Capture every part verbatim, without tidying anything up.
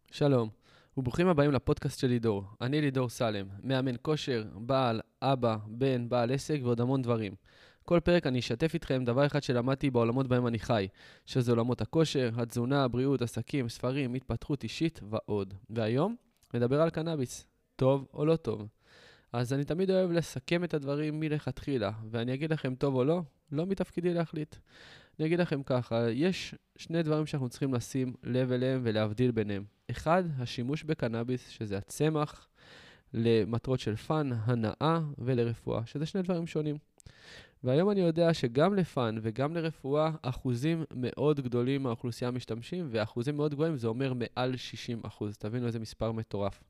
שלום, וברוכים הבאים לפודקאסט של לידור. אני לידור סלם, מאמן כושר, בעל, אבא, בן, בעל עסק ועוד המון דברים. כל פרק אני אשתף איתכם דבר אחד שלמדתי בעולמות בהם אני חי, שזה עולמות הכושר, התזונה, הבריאות, עסקים, ספרים, התפתחות אישית ועוד. והיום נדבר על קנאביס, טוב או לא טוב. אז אני תמיד אוהב לסכם את הדברים מלכתחילה, ואני אגיד לכם טוב או לא, לא מתפקידי להחליט. אני אגיד לכם ככה, יש שני דברים שאנחנו צריכים לשים לב אליהם ולהבדיל ביניהם. אחד, השימוש בקנאביס, שזה הצמח, למטרות של פן, הנאה ולרפואה, שזה שני דברים שונים. והיום אני יודע שגם לפן וגם לרפואה, אחוזים מאוד גדולים מהאוכלוסייה משתמשים, ואחוזים מאוד גבוהים זה אומר מעל שישים אחוז. תבינו איזה מספר מטורף.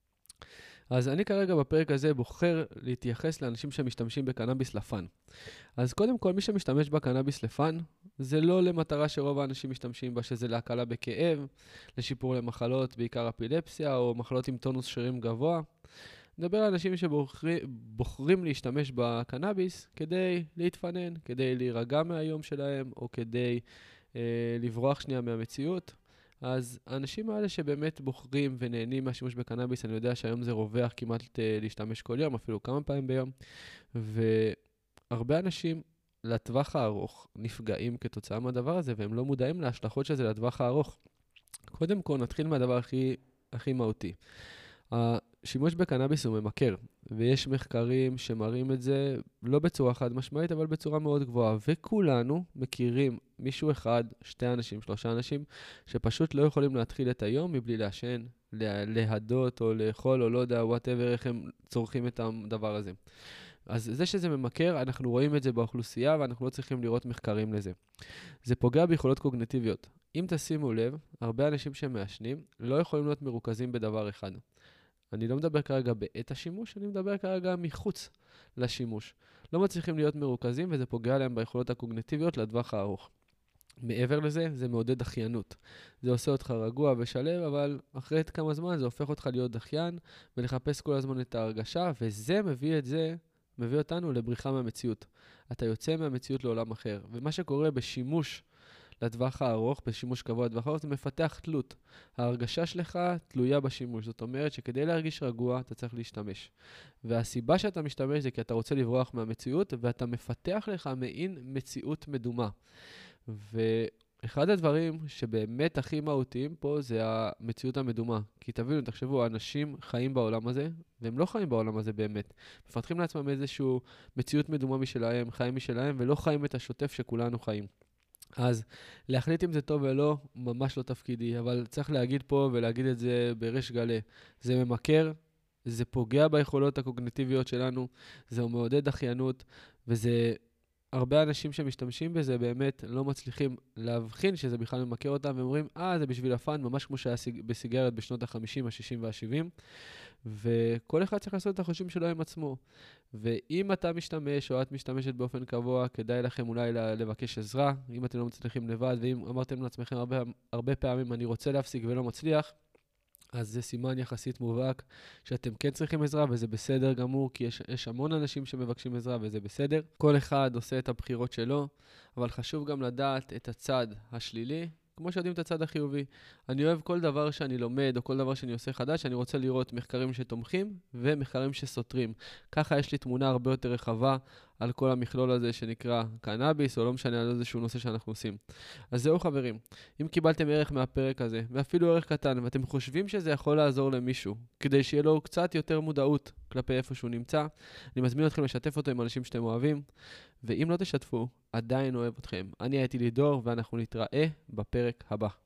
אז אני כרגע בפרק הזה בוחר להתייחס לאנשים שמשתמשים בקנאביס לפן. אז קודם כל, מי שמשתמש בקנאביס לפן, זה לא למטרה שרוב האנשים משתמשים בה, שזה להקלה בכאב, לשיפור למחלות, בעיקר אפילפסיה, או מחלות עם טונוס שרירים גבוה. נדבר על אנשים שבוחרים להשתמש בקנאביס כדי להתפנן, כדי להירגע מהיום שלהם, או כדי אה, לברוח שנייה מהמציאות. אז האנשים האלה שבאמת בוחרים ונהנים מהשימוש בקנאביס, אני יודע שהיום זה רווח כמעט להשתמש כל יום, אפילו כמה פעמים ביום, והרבה אנשים לטווח הארוך נפגעים כתוצאה מהדבר הזה, והם לא מודעים להשלכות של זה לטווח הארוך. קודם כל נתחיל מהדבר הכי, הכי מהותי. השימוש בקנאביס הוא ממכר, ויש מחקרים שמראים את זה לא בצורה חד משמעית, אבל בצורה מאוד גבוהה, וכולנו מכירים מישהו אחד, שתי אנשים, שלושה אנשים, שפשוט לא יכולים להתחיל את היום מבלי לעשן, להדות או לאכול או לא יודע, whatever, איך הם צורכים את הדבר הזה. אז זה שזה ממכר, אנחנו רואים את זה באוכלוסייה, ואנחנו לא צריכים לראות מחקרים לזה. זה פוגע ביכולות קוגניטיביות. אם תשימו לב, הרבה אנשים שמעשנים לא יכולים להיות מרוכזים בדבר אחד. אני לא מדבר כרגע בעת השימוש, אני מדבר כרגע מחוץ לשימוש. לא מצליחים להיות מרוכזים, וזה פוגע להם ביכולות הקוגניטיביות לטווח הארוך. מעבר לזה, זה מעודד דחיינות. זה עושה אותך רגוע ושלב, אבל אחרי כמה זמן זה הופך אותך להיות דחיין, ולחפש כל הזמן את ההרגשה, וזה מביא את זה, מביא אותנו לבריחה מהמציאות. אתה יוצא מהמציאות לעולם אחר. ומה שקורה בשימוש לטווח הארוך, בשימוש קבוע לטווח הארוך, זה מפתח תלות. ההרגשה שלך תלויה בשימוש. זאת אומרת שכדי להרגיש רגוע, אתה צריך להשתמש. והסיבה שאתה משתמש זה כי אתה רוצה לברוח מהמציאות, ואתה מפתח לך מעין מציאות מדומה. ואחד הדברים שבאמת הכי מהותיים פה זה המציאות המדומה. כי תבינו, תחשבו, אנשים חיים בעולם הזה, והם לא חיים בעולם הזה באמת. מפתחים לעצמם איזושהי מציאות מדומה משלהם, חיים משלהם, ולא חיים את השוטף שכולנו חיים. אז להחליט אם זה טוב ולא, ממש לא תפקידי, אבל צריך להגיד פה ולהגיד את זה בריש גלי. זה ממכר, זה פוגע ביכולות הקוגניטיביות שלנו, זה מעודד דחיינות, וזה הרבה אנשים שמשתמשים בזה באמת לא מצליחים להבחין שזה בכלל ממכר אותם, ואומרים, אה, זה בשביל הפן, ממש כמו שהיה בסיגריות בשנות ה-חמישים, ה-שישים וה-שבעים, וכל אחד צריך לעשות את החושים שלו עם עצמו. ואם אתה משתמש או את משתמשת באופן קבוע, כדאי לכם אולי לבקש עזרה, אם אתם לא מצליחים לבד, ואם אמרתם לעצמכם הרבה, הרבה פעמים, אני רוצה להפסיק ולא מצליח, אז זה סימן יחסית מובהק שאתם כן צריכים עזרה, וזה בסדר גמור, כי יש, יש המון אנשים שמבקשים עזרה, וזה בסדר. כל אחד עושה את הבחירות שלו, אבל חשוב גם לדעת את הצד השלילי, כמו שיודעים את הצד החיובי. אני אוהב כל דבר שאני לומד, או כל דבר שאני עושה חדש, אני רוצה לראות מחקרים שתומכים, ומחקרים שסותרים. ככה יש לי תמונה הרבה יותר רחבה, על כל המכלול הזה שנקרא קנאביס, או לא משנה על איזשהו נושא שאנחנו עושים. אז זהו חברים, אם קיבלתם ערך מהפרק הזה, ואפילו ערך קטן, ואתם חושבים שזה יכול לעזור למישהו, כדי שיהיה לו קצת יותר מודעות כלפי איפה שהוא נמצא, אני מזמין אתכם לשתף אותו עם אנשים שאתם אוהבים, ואם לא תשתפו, עדיין אוהב אתכם. אני הייתי לידור, ואנחנו נתראה בפרק הבא.